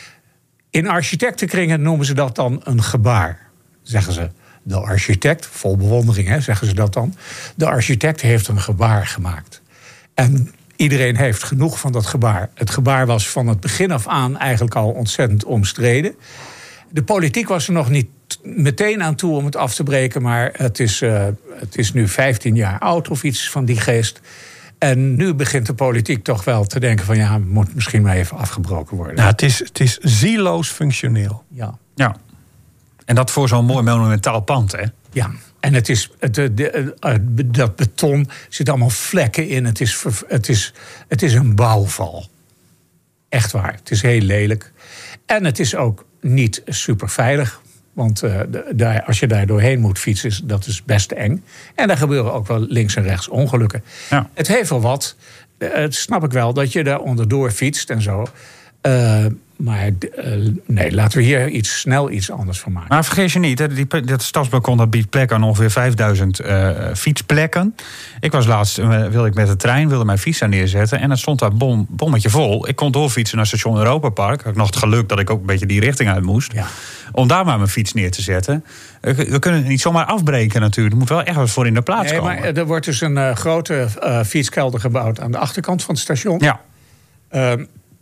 In architectenkringen noemen ze dat dan een gebaar. Zeggen ze, de architect, vol bewondering hè, zeggen ze dat dan. De architect heeft een gebaar gemaakt. En iedereen heeft genoeg van dat gebaar. Het gebaar was van het begin af aan eigenlijk al ontzettend omstreden. De politiek was er nog niet meteen aan toe om het af te breken, maar het is, uh, het is nu vijftien jaar oud of iets van die geest. En nu begint de politiek toch wel te denken van ja, het moet misschien maar even afgebroken worden. Nou, het is, het is zieloos functioneel. Ja. Ja. En dat voor zo'n mooi monumentaal pand, hè? Ja. En het is, het, de, de, dat beton zit allemaal vlekken in. Het is, het, is, het is een bouwval. Echt waar. Het is heel lelijk. En het is ook niet super veilig. Want uh, daar, als je daar doorheen moet fietsen, is, dat is best eng. En daar gebeuren ook wel links en rechts ongelukken. Ja. Het heeft wel wat. Het snap ik wel dat je daar onderdoor fietst en zo. Uh, maar uh, nee, laten we hier iets, snel iets anders van maken. Maar vergeet je niet, hè, die, dat stadsbalkon dat biedt plek aan ongeveer vijfduizend uh, fietsplekken. Ik was laatst, uh, wilde ik met de trein, wilde mijn fiets daar neerzetten. En het stond daar bom, bommetje vol. Ik kon doorfietsen naar station Europa Park. Had ik nog het geluk dat ik ook een beetje die richting uit moest. Ja. Om daar maar mijn fiets neer te zetten. We kunnen het niet zomaar afbreken natuurlijk. Er moet wel echt wat voor in de plaats nee, komen. Maar er wordt dus een uh, grote uh, fietskelder gebouwd aan de achterkant van het station. Ja. Uh,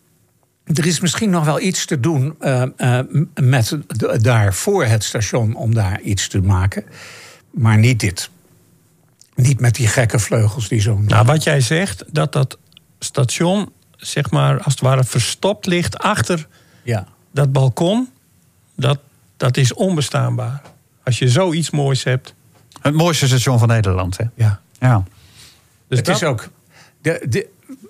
Er is misschien nog wel iets te doen uh, uh, met de, daar voor het station om daar iets te maken. Maar niet dit. Niet met die gekke vleugels die zo... Nou, wat jij zegt, dat dat station, zeg maar, als het ware verstopt ligt achter ja. dat balkon, dat, dat is onbestaanbaar. Als je zoiets moois hebt. Het mooiste station van Nederland, hè? Ja. ja. Dus het dat... is ook... De, de,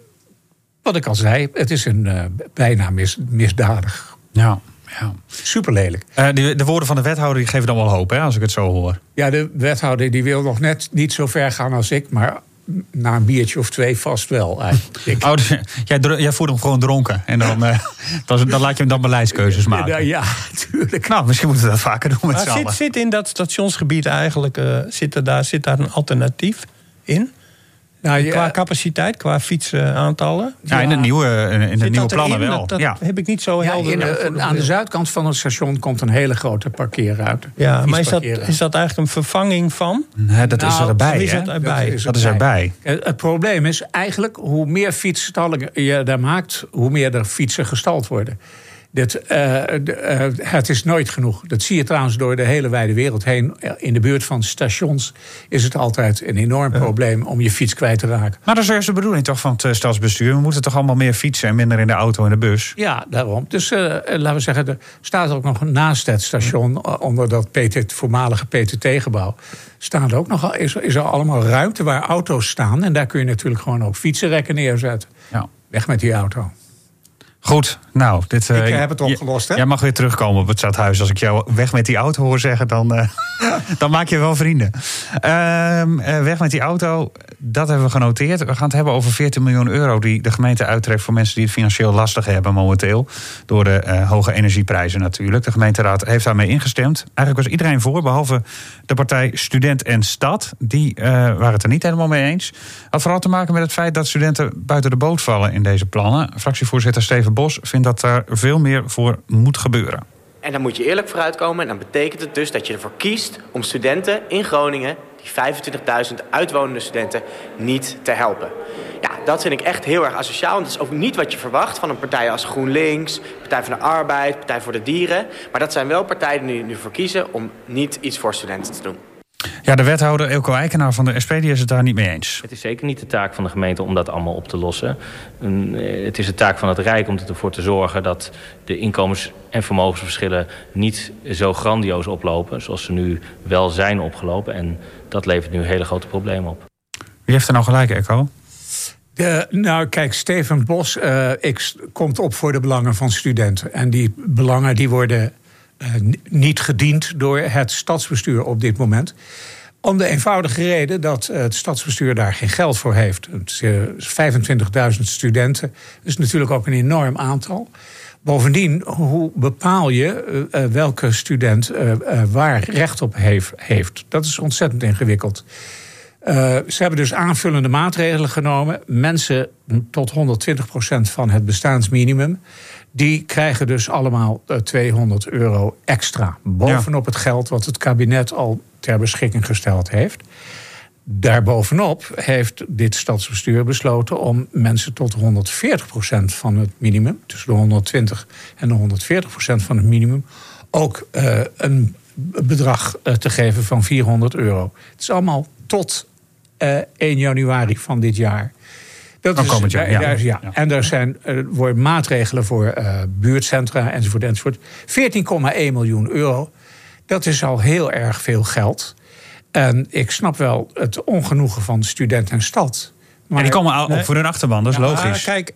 wat ik al zei, het is een uh, bijna mis, misdadig. Ja, ja. Super lelijk. Uh, de, de woorden van de wethouder die geven dan wel hoop, hè, als ik het zo hoor. Ja, de wethouder die wil nog net niet zo ver gaan als ik, maar na een biertje of twee vast wel. Eigenlijk. Oh, dus, jij, jij voert hem gewoon dronken en dan, uh, dan, dan laat je hem dan beleidskeuzes maken. Ja, ja, tuurlijk. Nou, misschien moeten we dat vaker doen met z'n allen. Zit, zit in dat stationsgebied eigenlijk uh, zit er daar, zit daar een alternatief in? Nou, ja, qua capaciteit, qua fietsaantallen? Ja, ja, in de nieuwe, in de nieuwe plannen wel. Dat, dat ja. heb ik niet zo ja, helder. In de, aan de zuidkant van het station komt een hele grote parkeerruimte. Ja, maar is dat, is dat eigenlijk een vervanging van? Nee, dat nou, is erbij. Is dat erbij? Dat is, dat is erbij. Het, het probleem is eigenlijk, hoe meer fietsstallingen je daar maakt, hoe meer er fietsen gestald worden. Dit, uh, de, uh, het is nooit genoeg. Dat zie je trouwens door de hele wijde wereld heen. In de buurt van stations is het altijd een enorm uh. probleem om je fiets kwijt te raken. Maar dat is juist de bedoeling toch van het stadsbestuur. We moeten toch allemaal meer fietsen en minder in de auto en de bus? Ja, daarom. Dus uh, laten we zeggen, er staat ook nog naast het station, uh, onder dat P T, het voormalige P T T-gebouw, staat ook nog, is, is er allemaal ruimte waar auto's staan. En daar kun je natuurlijk gewoon ook fietsenrekken neerzetten. Ja. Weg met die auto. Goed, nou, dit, uh, ik heb het opgelost, hè? Jij mag weer terugkomen op het stadhuis. Als ik jou weg met die auto hoor zeggen, dan, uh, dan maak je wel vrienden. Uh, uh, weg met die auto, dat hebben we genoteerd. We gaan het hebben over veertien miljoen euro die de gemeente uittrekt voor mensen die het financieel lastig hebben momenteel. Door de uh, hoge energieprijzen natuurlijk. De gemeenteraad heeft daarmee ingestemd. Eigenlijk was iedereen voor, behalve de partij Student en Stad. Die uh, waren het er niet helemaal mee eens. Had vooral te maken met het feit dat studenten buiten de boot vallen in deze plannen. Fractievoorzitter Steven Bos vindt dat daar veel meer voor moet gebeuren. En dan moet je eerlijk vooruitkomen. En dan betekent het dus dat je ervoor kiest om studenten in Groningen, die vijfentwintigduizend uitwonende studenten, niet te helpen. Ja, dat vind ik echt heel erg asociaal. En dat is ook niet wat je verwacht van een partij als GroenLinks, Partij van de Arbeid, Partij voor de Dieren. Maar dat zijn wel partijen die nu voor kiezen om niet iets voor studenten te doen. Ja, de wethouder Eelco Eikenaar van de S P die is het daar niet mee eens. Het is zeker niet de taak van de gemeente om dat allemaal op te lossen. Het is de taak van het Rijk om ervoor te zorgen dat de inkomens- en vermogensverschillen niet zo grandioos oplopen zoals ze nu wel zijn opgelopen. En dat levert nu hele grote problemen op. Wie heeft er nou gelijk, Eelco? De, nou, kijk, Steven Bos uh, ik, komt op voor de belangen van studenten. En die belangen die worden Uh, niet gediend door het stadsbestuur op dit moment. Om de eenvoudige reden dat uh, het stadsbestuur daar geen geld voor heeft. Het is uh, vijfentwintigduizend studenten. Dat is natuurlijk ook een enorm aantal. Bovendien, hoe bepaal je uh, uh, welke student uh, uh, waar recht op heeft, heeft? Dat is ontzettend ingewikkeld. Uh, ze hebben dus aanvullende maatregelen genomen. Mensen tot honderdtwintig procent van het bestaansminimum, die krijgen dus allemaal tweehonderd euro extra. Bovenop ja. het geld wat het kabinet al ter beschikking gesteld heeft. Daarbovenop heeft dit stadsbestuur besloten om mensen tot honderdveertig procent van het minimum, tussen de honderdtwintig en de honderdveertig procent van het minimum, ook uh, een bedrag uh, te geven van vierhonderd euro. Het is allemaal tot uh, één januari van dit jaar. Dat is, komend jaar, ja. Daar, ja. Ja. En er zijn er worden maatregelen voor uh, buurtcentra enzovoort enzovoort. veertien komma één miljoen euro. Dat is al heel erg veel geld. En ik snap wel het ongenoegen van student en stad. Maar en die komen al nee. op voor hun achterban, dat is ja, logisch. Kijk,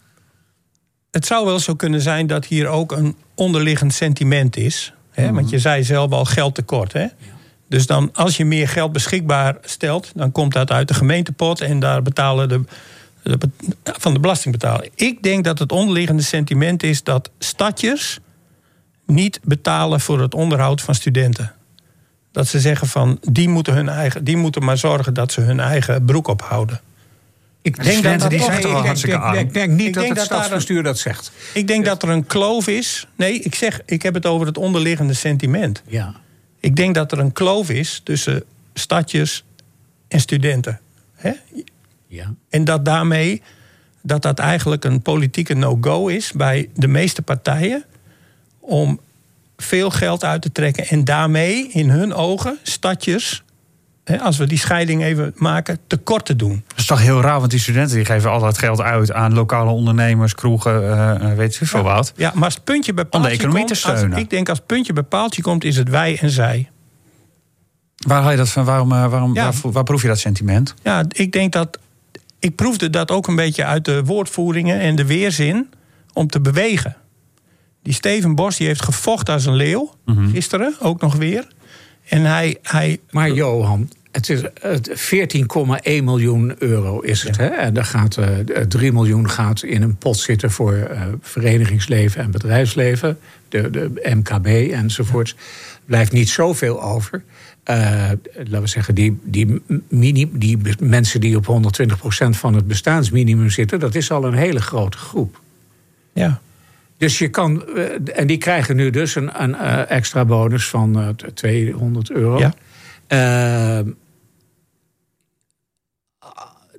het zou wel zo kunnen zijn dat hier ook een onderliggend sentiment is. Hè? Mm-hmm. Want je zei zelf al geldtekort, hè? Ja. Dus dan, als je meer geld beschikbaar stelt, dan komt dat uit de gemeentepot en daar betalen de van de belastingbetaler. Ik denk dat het onderliggende sentiment is dat stadjes niet betalen voor het onderhoud van studenten. Dat ze zeggen van, die moeten, hun eigen, die moeten maar zorgen dat ze hun eigen broek ophouden. Ik denk dat, dat die zijn toch hartstikke arm. Ik denk niet ik dat denk het dat stadsbestuur een, dat zegt. Ik denk dat er een kloof is. Nee, ik zeg, ik heb het over het onderliggende sentiment. Ja. Ik denk dat er een kloof is tussen stadjes en studenten. Hè? Ja. En dat daarmee dat dat eigenlijk een politieke no-go is bij de meeste partijen om veel geld uit te trekken en daarmee in hun ogen stadjes, als we die scheiding even maken, tekort te doen. Dat is toch heel raar, want die studenten die geven al dat geld uit aan lokale ondernemers, kroegen, uh, weet je veel ja, wat. Ja, maar als het puntje bij paaltje om de economie komt, te steunen. Als, ik denk als het puntje bij paaltje komt, is het wij en zij. Waar haal je dat van? Waarom, waarom, ja. waar, waar proef je dat sentiment? Ja, ik denk dat ik proefde dat ook een beetje uit de woordvoeringen en de weerzin om te bewegen. Die Steven Bos die heeft gevochten als een leeuw, mm-hmm. gisteren ook nog weer. En hij, hij... Maar Johan, het is veertien komma één miljoen euro is het. Ja. Hè? En daar gaat uh, drie miljoen gaat in een pot zitten voor uh, verenigingsleven en bedrijfsleven. De, de M K B enzovoorts. Er blijft niet zoveel over. Uh, laten we zeggen, die, die, mini, die mensen die op honderdtwintig procent van het bestaansminimum zitten, dat is al een hele grote groep. Ja. Dus je kan, uh, en die krijgen nu dus een, een uh, extra bonus van uh, tweehonderd euro. Ja. Uh,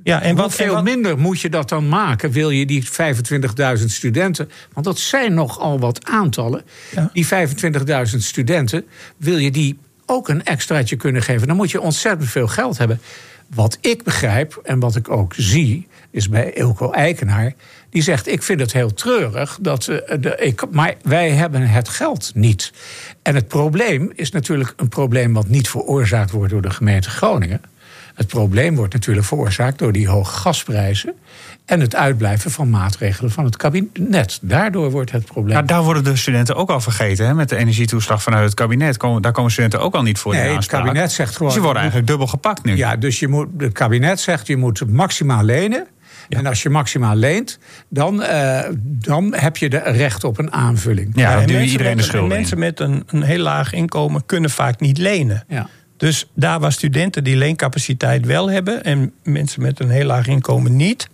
Ja, en wat, Hoeveel en wat... minder moet je dat dan maken? Wil je die vijfentwintigduizend studenten... want dat zijn nogal wat aantallen. Ja. Die vijfentwintigduizend studenten... wil je die ook een extraatje kunnen geven... dan moet je ontzettend veel geld hebben. Wat ik begrijp en wat ik ook zie... is bij Eelco Eikenaar... die zegt, ik vind het heel treurig... dat uh, de, ik, maar wij hebben het geld niet. En het probleem is natuurlijk een probleem... wat niet veroorzaakt wordt door de gemeente Groningen... Het probleem wordt natuurlijk veroorzaakt door die hoge gasprijzen... en het uitblijven van maatregelen van het kabinet. Daardoor wordt het probleem... Nou, daar worden de studenten ook al vergeten, hè, met de energietoeslag vanuit het kabinet. Komen, daar komen studenten ook al niet voor. Nee, het kabinet zegt gewoon... Ze worden eigenlijk dubbel gepakt nu. Ja, dus je moet, het kabinet zegt, je moet maximaal lenen... Ja. En als je maximaal leent, dan, uh, dan heb je de recht op een aanvulling. Ja, ja, dan duw je iedereen de schuld in. Mensen met een, een heel laag inkomen kunnen vaak niet lenen. Ja. Dus daar waar studenten die leencapaciteit wel hebben... en mensen met een heel laag inkomen niet...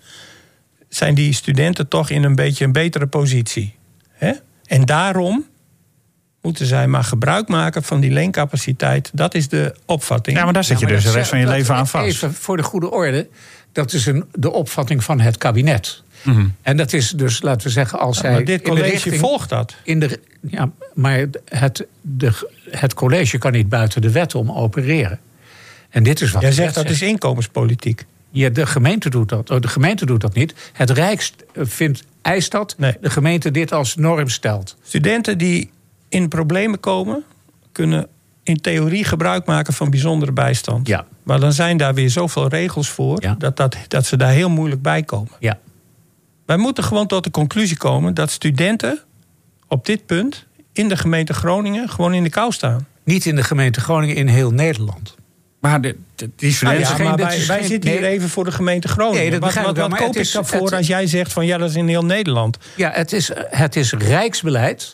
zijn die studenten toch in een beetje een betere positie. Hè? En daarom moeten zij maar gebruik maken van die leencapaciteit. Dat is de opvatting. Ja, maar daar zit je ja, dus de rest van je leven aan vast. Even voor de goede orde... dat is een, de opvatting van het kabinet. Mm-hmm. En dat is dus, laten we zeggen, als ja, hij... Maar dit college richting, volgt dat. In de, ja, maar het, de, het college kan niet buiten de wet om opereren. En dit is wat Jij zegt dat zegt. is inkomenspolitiek. Ja, de gemeente doet dat. De gemeente doet dat niet. Het Rijk vindt, eist dat. Nee. De gemeente dit als norm stelt. Studenten die in problemen komen... kunnen in theorie gebruik maken van bijzondere bijstand. Ja. Maar dan zijn daar weer zoveel regels voor... Ja. Dat, dat, dat ze daar heel moeilijk bij komen. Ja. Wij moeten gewoon tot de conclusie komen... dat studenten op dit punt in de gemeente Groningen... gewoon in de kou staan. Niet in de gemeente Groningen, in heel Nederland. Maar de, de, die studenten... Ah, ja, maar wij, wij zitten hier nee. even voor de gemeente Groningen. Nee, dat wat wat, wat koop ik daarvoor als jij zegt van... ja, dat is in heel Nederland? Ja, het is, het is rijksbeleid...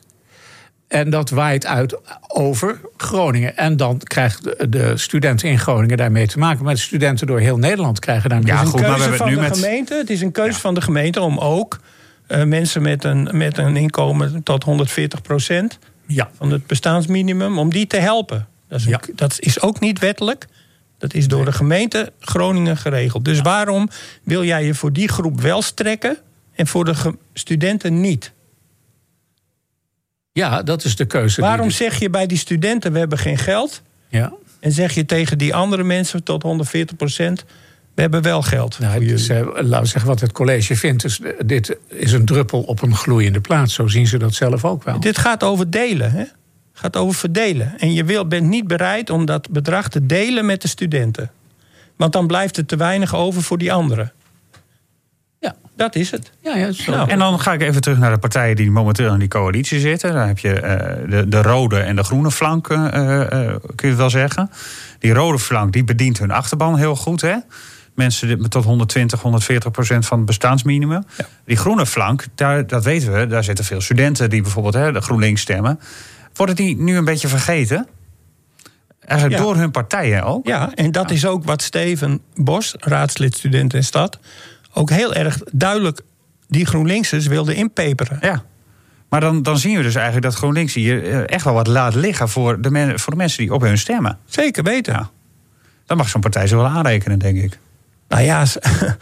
En dat waait uit over Groningen. En dan krijgen de, de studenten in Groningen daarmee te maken. Maar de studenten door heel Nederland krijgen daarmee. Ja, goed, maar we hebben het nu met... gemeente. Het is een keuze ja. van de gemeente om ook uh, mensen met een, met een inkomen tot honderdveertig procent ja. van het bestaansminimum, om die te helpen. Dat is, een, ja. dat is ook niet wettelijk. Dat is door de gemeente Groningen geregeld. Dus ja. waarom wil jij je voor die groep wel strekken en voor de ge- studenten niet? Ja, dat is de keuze. Waarom die... zeg je bij die studenten, we hebben geen geld? Ja. En zeg je tegen die andere mensen tot honderdveertig procent... we hebben wel geld. Nou, dus, uh, laten we zeggen wat het college vindt. Dus, uh, dit is een druppel op een gloeiende plaats. Zo zien ze dat zelf ook wel. Dit gaat over delen, hè? Gaat over verdelen. En je wil, bent niet bereid om dat bedrag te delen met de studenten. Want dan blijft er te weinig over voor die anderen. Ja. Dat is het. Ja, ja, zo. Nou, en dan ga ik even terug naar de partijen die momenteel in die coalitie zitten. Daar heb je uh, de, de rode en de groene flank, uh, uh, kun je wel zeggen. Die rode flank die bedient hun achterban heel goed, hè? Mensen tot honderdtwintig, honderdveertig procent van het bestaansminimum. Ja. Die groene flank, daar, dat weten we, daar zitten veel studenten die bijvoorbeeld hè, de GroenLinks stemmen. Worden die nu een beetje vergeten? Eigenlijk ja. door hun partijen ook? Ja, en dat ja. is ook wat Steven Bos, raadslid Student en Stad, ook heel erg duidelijk die GroenLinksers wilde inpeperen. Ja, maar dan, dan zien we dus eigenlijk dat GroenLinks hier echt wel wat laat liggen voor de, men, voor de mensen die op hun stemmen. Zeker weten. Ja. Dan mag zo'n partij ze wel aanrekenen, denk ik. Nou ja, ze,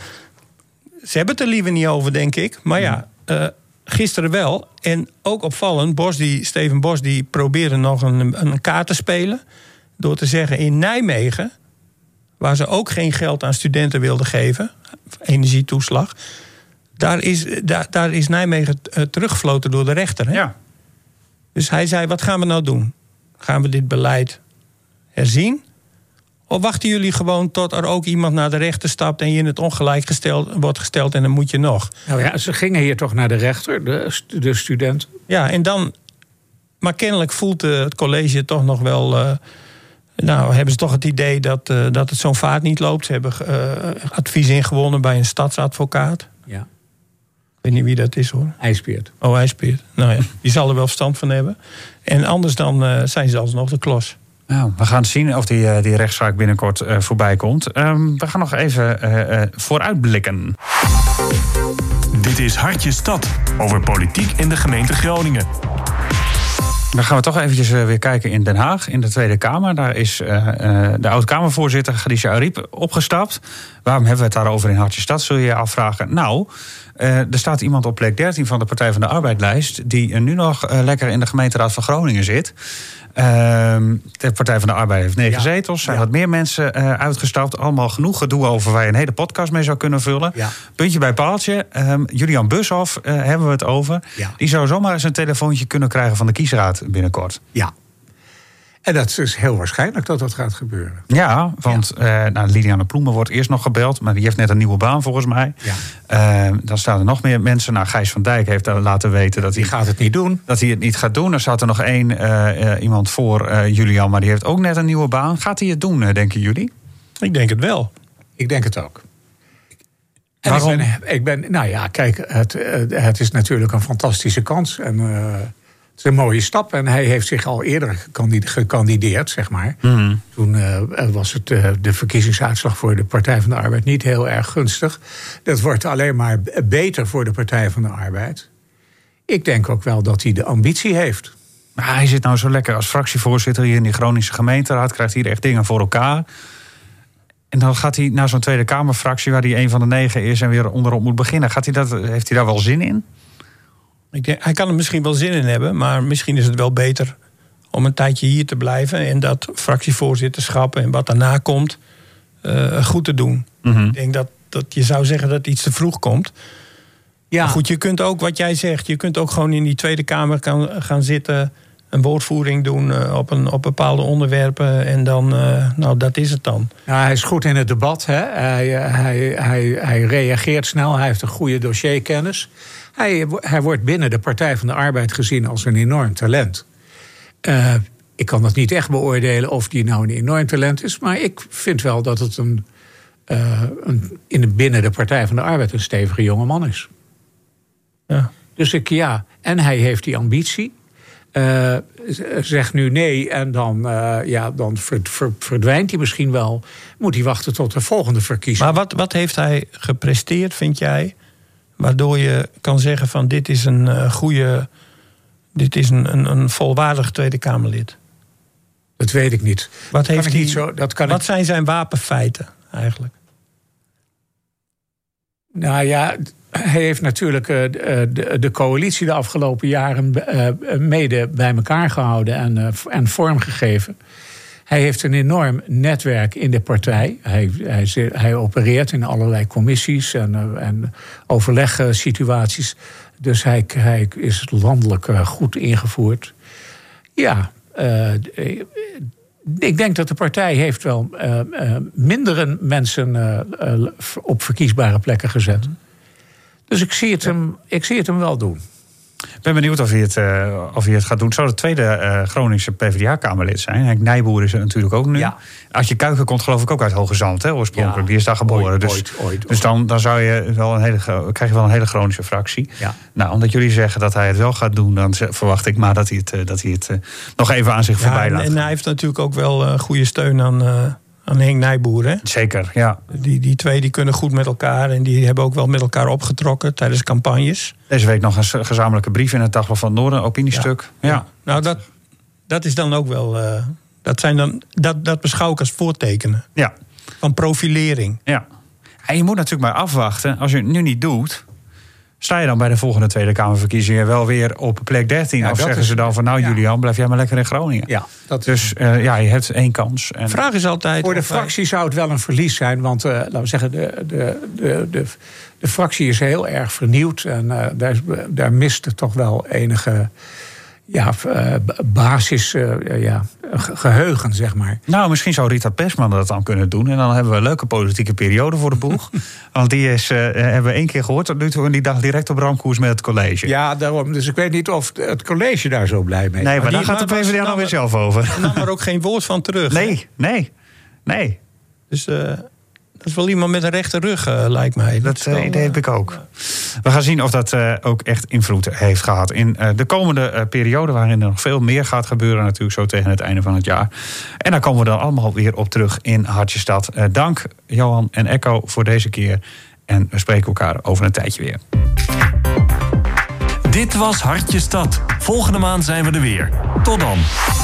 ze hebben het er liever niet over, denk ik. Maar ja, uh, gisteren wel. En ook opvallend, Bos die, Steven Bos die probeerde nog een, een kaart te spelen. Door te zeggen in Nijmegen, waar ze ook geen geld aan studenten wilden geven, energietoeslag, daar is, daar, daar is Nijmegen teruggefloten door de rechter. Hè? Ja. Dus hij zei, wat gaan we nou doen? Gaan we dit beleid herzien? Of wachten jullie gewoon tot er ook iemand naar de rechter stapt en je in het ongelijk gesteld, wordt gesteld en dan moet je nog? Nou ja, ze gingen hier toch naar de rechter, de, de studenten. Ja, en dan, maar kennelijk voelt het college toch nog wel, Uh, nou, hebben ze toch het idee dat, uh, dat het zo'n vaart niet loopt. Ze hebben uh, advies ingewonnen bij een stadsadvocaat. Ja. Ik weet niet wie dat is, hoor. IJsbeert. Oh, IJsbeert. Nou ja, die zal er wel verstand van hebben. En anders dan uh, zijn ze alsnog de klos. Nou, we gaan zien of die, uh, die rechtszaak binnenkort uh, voorbij komt. Um, we gaan nog even uh, uh, vooruitblikken. Dit is Hartje Stad, over politiek in de gemeente Groningen. Dan gaan we toch eventjes weer kijken in Den Haag, in de Tweede Kamer. Daar is uh, uh, de oud-Kamervoorzitter Khadija Arib opgestapt. Waarom hebben we het daarover in Hartjestad, zul je je afvragen? Nou, uh, er staat iemand op plek dertien van de Partij van de Arbeid-lijst... die uh, nu nog uh, lekker in de gemeenteraad van Groningen zit. Uh, de Partij van de Arbeid heeft negen ja. zetels. Er zijn ja. wat meer mensen uh, uitgestapt. Allemaal genoeg gedoe over waar je een hele podcast mee zou kunnen vullen. Ja. Puntje bij paaltje. Uh, Julian Bushoff uh, hebben we het over. Ja. Die zou zomaar eens een telefoontje kunnen krijgen van de kiesraad binnenkort. Ja. En dat is heel waarschijnlijk dat dat gaat gebeuren. Ja, want ja. Uh, nou, Liliane Ploemen wordt eerst nog gebeld... maar die heeft net een nieuwe baan volgens mij. Ja. Uh, dan staan er nog meer mensen. Nou, Gijs van Dijk heeft laten weten dat die hij... gaat het niet doen. Dat hij het niet gaat doen. Er staat er nog één uh, uh, iemand voor uh, Julian... maar die heeft ook net een nieuwe baan. Gaat hij het doen, uh, denken jullie? Ik denk het wel. Ik denk het ook. En Waarom? Ik ben, ik ben, nou ja, kijk, het, het is natuurlijk een fantastische kans... En, uh, het is een mooie stap en hij heeft zich al eerder gekandideerd, zeg maar. Mm. Toen uh, was het, uh, de verkiezingsuitslag voor de Partij van de Arbeid niet heel erg gunstig. Dat wordt alleen maar beter voor de Partij van de Arbeid. Ik denk ook wel dat hij de ambitie heeft. Maar hij zit nou zo lekker als fractievoorzitter hier in die Groningse gemeenteraad. Krijgt hier echt dingen voor elkaar. En dan gaat hij naar zo'n Tweede Kamerfractie... waar hij een van de negen is en weer onderop moet beginnen. Gaat hij dat, heeft hij daar wel zin in? Ik denk, hij kan er misschien wel zin in hebben, maar misschien is het wel beter om een tijdje hier te blijven en dat fractievoorzitterschap en wat daarna komt uh, goed te doen. Mm-hmm. Ik denk dat, dat je zou zeggen dat het iets te vroeg komt. Ja. Maar goed, je kunt ook, wat jij zegt, je kunt ook gewoon in die Tweede Kamer kan, gaan zitten, een woordvoering doen uh, op, een, op bepaalde onderwerpen en dan, uh, nou, dat is het dan. Ja, hij is goed in het debat, hè? Hij, hij, hij, hij reageert snel, hij heeft een goede dossierkennis. Hij, hij wordt binnen de Partij van de Arbeid gezien als een enorm talent. Uh, ik kan dat niet echt beoordelen of die nou een enorm talent is... maar ik vind wel dat het een, uh, een, in de, binnen de Partij van de Arbeid een stevige jonge man is. Ja. Dus ik, ja, en hij heeft die ambitie. Uh, zegt nu nee en dan, uh, ja, dan verdwijnt hij misschien wel. Moet hij wachten tot de volgende verkiezing. Maar wat, wat heeft hij gepresteerd, vind jij... waardoor je kan zeggen van dit is een uh, goede... dit is een, een, een volwaardig Tweede Kamerlid? Dat weet ik niet. Wat, heeft hij, niet zo, dat kan wat ik... zijn zijn wapenfeiten eigenlijk? Nou ja, hij heeft natuurlijk uh, de, de coalitie de afgelopen jaren... Uh, mede bij elkaar gehouden en, uh, en vormgegeven. Hij heeft een enorm netwerk in de partij. Hij, hij, hij opereert in allerlei commissies en, en overlegsituaties. Dus hij, hij is landelijk goed ingevoerd. Ja, uh, ik denk dat de partij heeft wel uh, uh, mindere mensen uh, uh, op verkiesbare plekken gezet. Dus ik zie het hem, ik zie het hem wel doen. Ik ben benieuwd of hij het, uh, of hij het gaat doen. Het zou de tweede uh, Groningse PvdA-Kamerlid zijn. Henk Nijboer is er natuurlijk ook nu. Ja. Adje Kuiken komt geloof ik ook uit Hoge Zand, hè, oorspronkelijk. Ja, die is daar geboren. Ooit, dus ooit, ooit, dus dan, dan zou je wel een hele, krijg je wel een hele Groningse fractie. Ja. Nou, omdat jullie zeggen dat hij het wel gaat doen... dan verwacht ik maar dat hij het, dat hij het uh, nog even aan zich ja, voorbij laat en, en hij heeft natuurlijk ook wel uh, goede steun aan... Uh... aan Henk Nijboer, hè? Zeker, ja. Die, die twee die kunnen goed met elkaar... en die hebben ook wel met elkaar opgetrokken tijdens campagnes. Deze week nog een gezamenlijke brief in het Dagblad van het Noorden, een opiniestuk. Ja. Ja. Nou, dat, dat is dan ook wel... Uh, dat, zijn dan, dat, dat beschouw ik als voortekenen. Ja. Van profilering. Ja. En je moet natuurlijk maar afwachten. Als je het nu niet doet... sta je dan bij de volgende Tweede Kamerverkiezingen wel weer op plek dertien? Ja, of zeggen is, ze dan van, nou ja. Julian, blijf jij maar lekker in Groningen? Ja, dat dus uh, ja, je hebt één kans. De vraag is altijd... Voor de fractie wij... zou het wel een verlies zijn. Want uh, laten we zeggen, de, de, de, de, de fractie is heel erg vernieuwd. En uh, daar, daar mist het toch wel enige... Ja, uh, basis, uh, ja, geheugen, zeg maar. Nou, misschien zou Rita Persman dat dan kunnen doen. En dan hebben we een leuke politieke periode voor de boeg. Want die is, uh, hebben we één keer gehoord tot nu toe. En die dag direct op ramkoers met het college. Ja, daarom. Dus ik weet niet of het college daar zo blij mee is. Nee, maar, maar daar gaat de PvdA nog weer zelf over. Er nam er ook geen woord van terug. Nee, hè? nee, nee. Dus... Uh... Dat is wel iemand met een rechte rug, uh, lijkt mij. Dat, dat wel, idee heb ik ook. Ja. We gaan zien of dat uh, ook echt invloed heeft gehad in uh, de komende uh, periode... waarin er nog veel meer gaat gebeuren natuurlijk zo tegen het einde van het jaar. En daar komen we dan allemaal weer op terug in Hartjestad. Uh, dank Johan en Echo voor deze keer. En we spreken elkaar over een tijdje weer. Dit was Hartjestad. Volgende maand zijn we er weer. Tot dan.